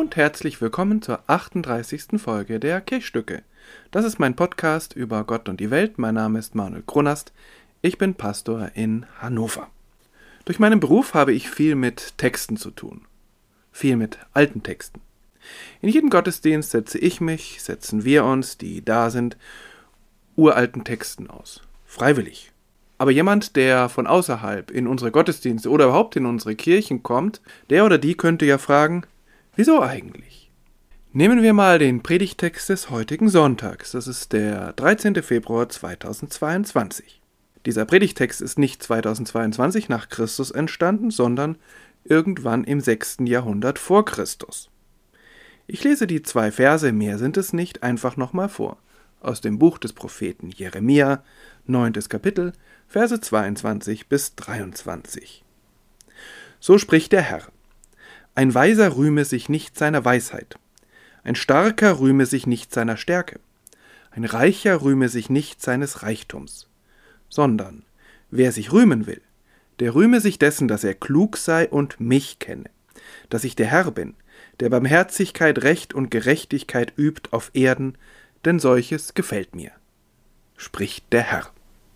und herzlich willkommen zur 38. Folge der Kirchstücke. Das ist mein Podcast über Gott und die Welt. Mein Name ist Manuel Kronast. Ich bin Pastor in Hannover. Durch meinen Beruf habe ich viel mit Texten zu tun. Viel mit alten Texten. In jedem Gottesdienst setzen wir uns, die da sind, uralten Texten aus. Freiwillig. Aber jemand, der von außerhalb in unsere Gottesdienste oder überhaupt in unsere Kirchen kommt, der oder die könnte ja fragen, wieso eigentlich? Nehmen wir mal den Predigttext des heutigen Sonntags. Das ist der 13. Februar 2022. Dieser Predigttext ist nicht 2022 nach Christus entstanden, sondern irgendwann im 6. Jahrhundert vor Christus. Ich lese die 2 Verse, mehr sind es nicht, einfach nochmal vor. Aus dem Buch des Propheten Jeremia, 9. Kapitel, Verse 22 bis 23. So spricht der Herr: Ein Weiser rühme sich nicht seiner Weisheit, ein Starker rühme sich nicht seiner Stärke, ein Reicher rühme sich nicht seines Reichtums, sondern wer sich rühmen will, der rühme sich dessen, dass er klug sei und mich kenne, dass ich der Herr bin, der Barmherzigkeit, Recht und Gerechtigkeit übt auf Erden, denn solches gefällt mir, spricht der Herr.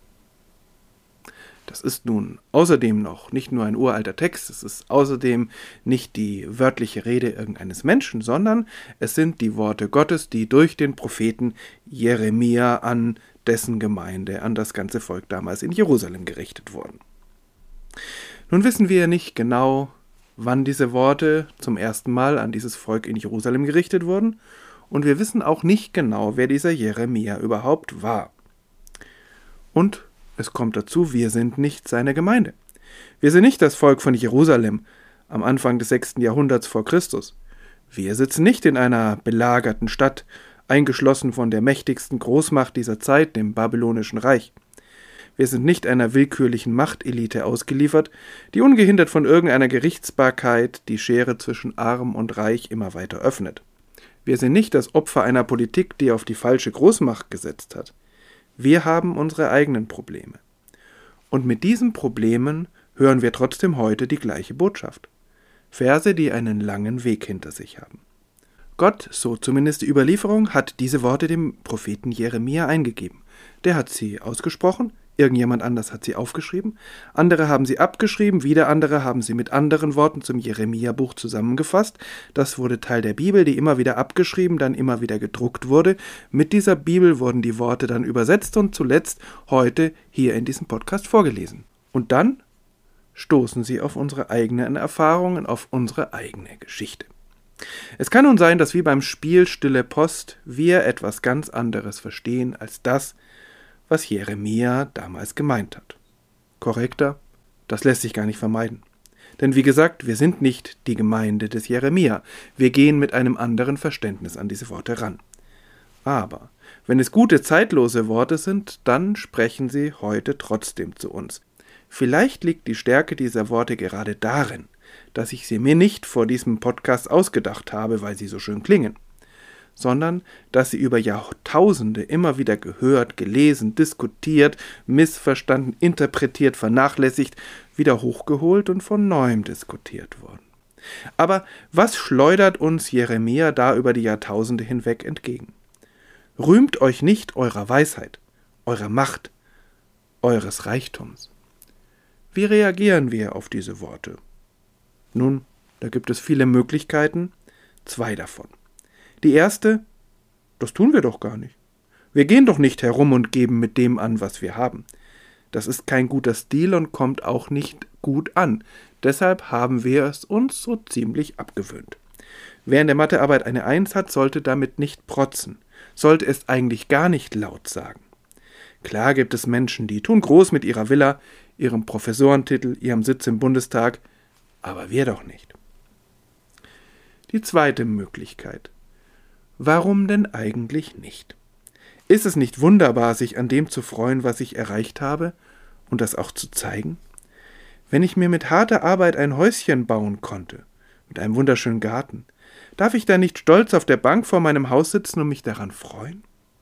Das ist nun außerdem noch nicht nur ein uralter Text, es ist außerdem nicht die wörtliche Rede irgendeines Menschen, sondern es sind die Worte Gottes, die durch den Propheten Jeremia an dessen Gemeinde, an das ganze Volk damals in Jerusalem gerichtet wurden. Nun wissen wir nicht genau, wann diese Worte zum ersten Mal an dieses Volk in Jerusalem gerichtet wurden, und wir wissen auch nicht genau, wer dieser Jeremia überhaupt war. Und es kommt dazu, wir sind nicht seine Gemeinde. Wir sind nicht das Volk von Jerusalem am Anfang des 6. Jahrhunderts vor Christus. Wir sitzen nicht in einer belagerten Stadt, eingeschlossen von der mächtigsten Großmacht dieser Zeit, dem Babylonischen Reich. Wir sind nicht einer willkürlichen Machtelite ausgeliefert, die ungehindert von irgendeiner Gerichtsbarkeit die Schere zwischen Arm und Reich immer weiter öffnet. Wir sind nicht das Opfer einer Politik, die auf die falsche Großmacht gesetzt hat. Wir haben unsere eigenen Probleme. Und mit diesen Problemen hören wir trotzdem heute die gleiche Botschaft. Verse, die einen langen Weg hinter sich haben. Gott, so zumindest die Überlieferung, hat diese Worte dem Propheten Jeremia eingegeben. Der hat sie ausgesprochen, irgendjemand anders hat sie aufgeschrieben, andere haben sie abgeschrieben, wieder andere haben sie mit anderen Worten zum Jeremia-Buch zusammengefasst. Das wurde Teil der Bibel, die immer wieder abgeschrieben, dann immer wieder gedruckt wurde. Mit dieser Bibel wurden die Worte dann übersetzt und zuletzt heute hier in diesem Podcast vorgelesen. Und dann stoßen sie auf unsere eigenen Erfahrungen, auf unsere eigene Geschichte. Es kann nun sein, dass wie beim Spiel Stille Post wir etwas ganz anderes verstehen als das, was Jeremia damals gemeint hat. Korrekter? Das lässt sich gar nicht vermeiden. Denn wie gesagt, wir sind nicht die Gemeinde des Jeremia. Wir gehen mit einem anderen Verständnis an diese Worte ran. Aber wenn es gute, zeitlose Worte sind, dann sprechen sie heute trotzdem zu uns. Vielleicht liegt die Stärke dieser Worte gerade darin, dass ich sie mir nicht vor diesem Podcast ausgedacht habe, weil sie so schön klingen, sondern dass sie über Jahrtausende immer wieder gehört, gelesen, diskutiert, missverstanden, interpretiert, vernachlässigt, wieder hochgeholt und von neuem diskutiert wurden. Aber was schleudert uns Jeremia da über die Jahrtausende hinweg entgegen? Rühmt euch nicht eurer Weisheit, eurer Macht, eures Reichtums. Wie reagieren wir auf diese Worte? Nun, da gibt es viele Möglichkeiten, 2 davon. Die erste, das tun wir doch gar nicht. Wir gehen doch nicht herum und geben mit dem an, was wir haben. Das ist kein guter Stil und kommt auch nicht gut an. Deshalb haben wir es uns so ziemlich abgewöhnt. Wer in der Mathearbeit eine 1 hat, sollte damit nicht protzen, sollte es eigentlich gar nicht laut sagen. Klar gibt es Menschen, die tun groß mit ihrer Villa, ihrem Professorentitel, ihrem Sitz im Bundestag, aber wir doch nicht. Die zweite Möglichkeit. Warum denn eigentlich nicht? Ist es nicht wunderbar, sich an dem zu freuen, was ich erreicht habe und das auch zu zeigen? Wenn ich mir mit harter Arbeit ein Häuschen bauen konnte, mit einem wunderschönen Garten, darf ich da nicht stolz auf der Bank vor meinem Haus sitzen und mich daran freuen?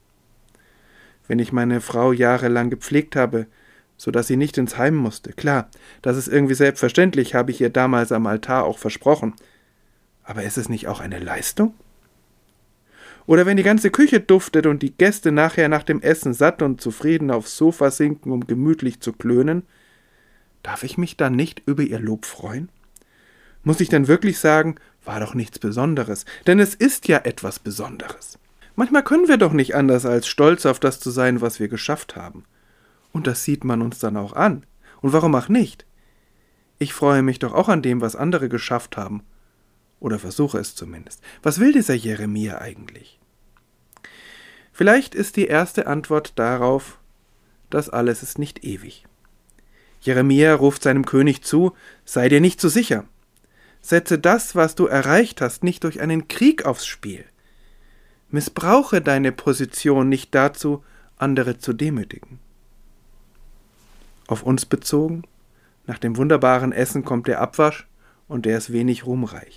Wenn ich meine Frau jahrelang gepflegt habe, sodass sie nicht ins Heim musste, klar, das ist irgendwie selbstverständlich, habe ich ihr damals am Altar auch versprochen. Aber ist es nicht auch eine Leistung? Oder wenn die ganze Küche duftet und die Gäste nachher nach dem Essen satt und zufrieden aufs Sofa sinken, um gemütlich zu klönen, darf ich mich dann nicht über ihr Lob freuen? Muss ich dann wirklich sagen, war doch nichts Besonderes, denn es ist ja etwas Besonderes. Manchmal können wir doch nicht anders, als stolz auf das zu sein, was wir geschafft haben. Und das sieht man uns dann auch an. Und warum auch nicht? Ich freue mich doch auch an dem, was andere geschafft haben. Oder versuche es zumindest. Was will dieser Jeremia eigentlich? Vielleicht ist die erste Antwort darauf, das alles ist nicht ewig. Jeremia ruft seinem König zu, sei dir nicht zu sicher. Setze das, was du erreicht hast, nicht durch einen Krieg aufs Spiel. Missbrauche deine Position nicht dazu, andere zu demütigen. Auf uns bezogen, nach dem wunderbaren Essen kommt der Abwasch und der ist wenig ruhmreich.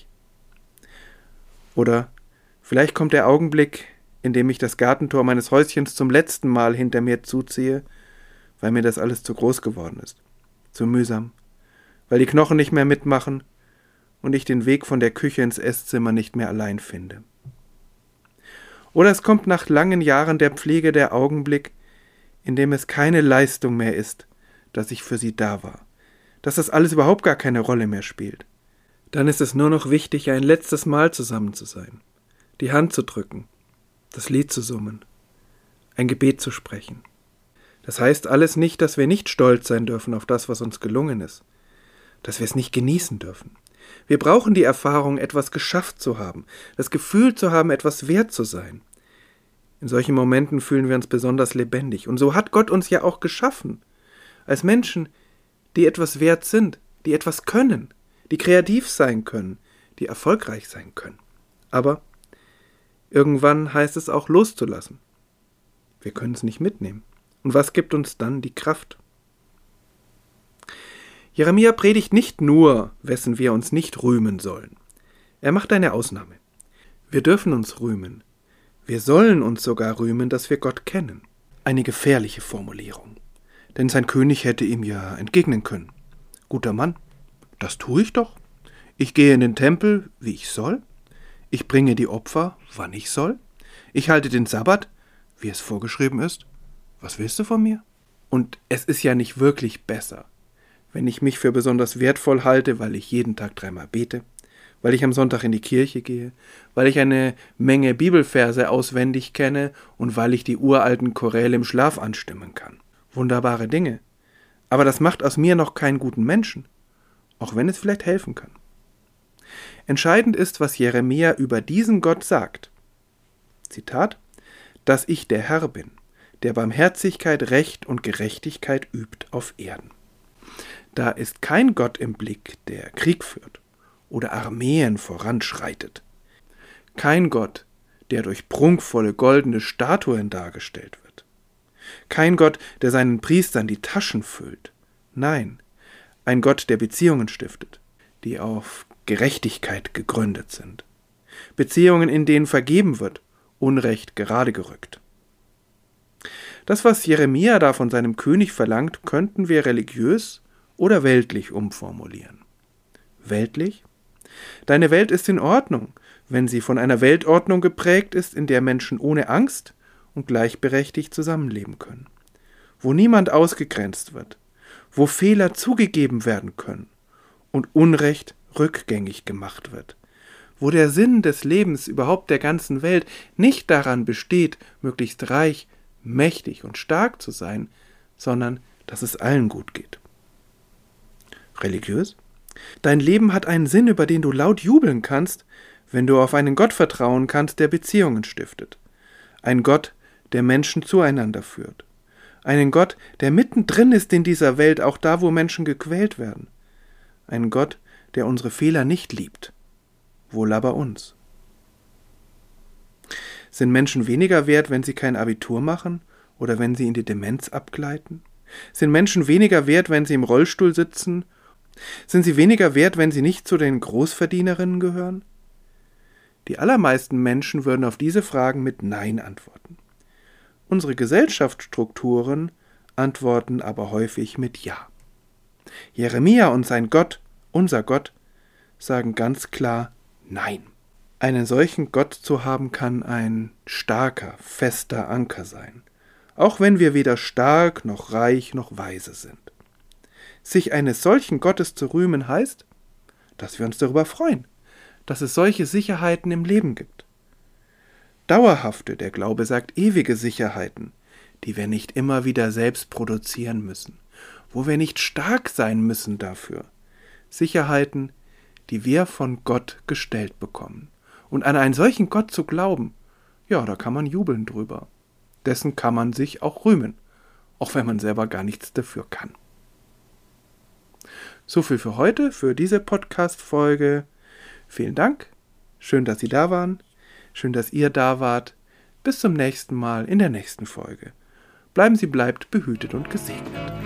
Oder vielleicht kommt der Augenblick, in dem ich das Gartentor meines Häuschens zum letzten Mal hinter mir zuziehe, weil mir das alles zu groß geworden ist, zu mühsam, weil die Knochen nicht mehr mitmachen und ich den Weg von der Küche ins Esszimmer nicht mehr allein finde. Oder es kommt nach langen Jahren der Pflege der Augenblick, in dem es keine Leistung mehr ist, dass ich für sie da war, dass das alles überhaupt gar keine Rolle mehr spielt. Dann ist es nur noch wichtig, ein letztes Mal zusammen zu sein, die Hand zu drücken, das Lied zu summen, ein Gebet zu sprechen. Das heißt alles nicht, dass wir nicht stolz sein dürfen auf das, was uns gelungen ist, dass wir es nicht genießen dürfen. Wir brauchen die Erfahrung, etwas geschafft zu haben, das Gefühl zu haben, etwas wert zu sein. In solchen Momenten fühlen wir uns besonders lebendig. Und so hat Gott uns ja auch geschaffen. Als Menschen, die etwas wert sind, die etwas können, die kreativ sein können, die erfolgreich sein können. Aber irgendwann heißt es auch loszulassen. Wir können es nicht mitnehmen. Und was gibt uns dann die Kraft? Jeremia predigt nicht nur, wessen wir uns nicht rühmen sollen. Er macht eine Ausnahme. Wir dürfen uns rühmen. Wir sollen uns sogar rühmen, dass wir Gott kennen. Eine gefährliche Formulierung. Denn sein König hätte ihm ja entgegnen können. Guter Mann, das tue ich doch. Ich gehe in den Tempel, wie ich soll. Ich bringe die Opfer, wann ich soll. Ich halte den Sabbat, wie es vorgeschrieben ist. Was willst du von mir? Und es ist ja nicht wirklich besser, wenn ich mich für besonders wertvoll halte, weil ich jeden Tag 3-mal bete, weil ich am Sonntag in die Kirche gehe, weil ich eine Menge Bibelverse auswendig kenne und weil ich die uralten Choräle im Schlaf anstimmen kann. Wunderbare Dinge. Aber das macht aus mir noch keinen guten Menschen, auch wenn es vielleicht helfen kann. Entscheidend ist, was Jeremia über diesen Gott sagt. Zitat: dass ich der Herr bin, der Barmherzigkeit, Recht und Gerechtigkeit übt auf Erden. Da ist kein Gott im Blick, der Krieg führt oder Armeen voranschreitet. Kein Gott, der durch prunkvolle goldene Statuen dargestellt wird. Kein Gott, der seinen Priestern die Taschen füllt. Nein, ein Gott, der Beziehungen stiftet, die auf Gerechtigkeit gegründet sind. Beziehungen, in denen vergeben wird, Unrecht gerade gerückt. Das, was Jeremia da von seinem König verlangt, könnten wir religiös oder weltlich umformulieren. Weltlich? Deine Welt ist in Ordnung, wenn sie von einer Weltordnung geprägt ist, in der Menschen ohne Angst und gleichberechtigt zusammenleben können, wo niemand ausgegrenzt wird, wo Fehler zugegeben werden können und Unrecht rückgängig gemacht wird, wo der Sinn des Lebens überhaupt der ganzen Welt nicht daran besteht, möglichst reich, mächtig und stark zu sein, sondern dass es allen gut geht. Religiös? Dein Leben hat einen Sinn, über den du laut jubeln kannst, wenn du auf einen Gott vertrauen kannst, der Beziehungen stiftet. Ein Gott, der Menschen zueinander führt. Einen Gott, der mittendrin ist in dieser Welt, auch da, wo Menschen gequält werden. Ein Gott, der unsere Fehler nicht liebt, wohl aber uns. Sind Menschen weniger wert, wenn sie kein Abitur machen oder wenn sie in die Demenz abgleiten? Sind Menschen weniger wert, wenn sie im Rollstuhl sitzen? Sind sie weniger wert, wenn sie nicht zu den Großverdienerinnen gehören? Die allermeisten Menschen würden auf diese Fragen mit Nein antworten. Unsere Gesellschaftsstrukturen antworten aber häufig mit Ja. Jeremia und sein Gott, unser Gott, sagen ganz klar Nein. Einen solchen Gott zu haben, kann ein starker, fester Anker sein, auch wenn wir weder stark noch reich noch weise sind. Sich eines solchen Gottes zu rühmen heißt, dass wir uns darüber freuen, dass es solche Sicherheiten im Leben gibt. Dauerhafte, der Glaube sagt ewige Sicherheiten, die wir nicht immer wieder selbst produzieren müssen, wo wir nicht stark sein müssen dafür. Sicherheiten, die wir von Gott gestellt bekommen. Und an einen solchen Gott zu glauben, ja, da kann man jubeln drüber. Dessen kann man sich auch rühmen, auch wenn man selber gar nichts dafür kann. So viel für heute, für diese Podcast-Folge. Vielen Dank. Schön, dass Sie da waren. Schön, dass ihr da wart. Bis zum nächsten Mal in der nächsten Folge. Bleiben Sie behütet und gesegnet.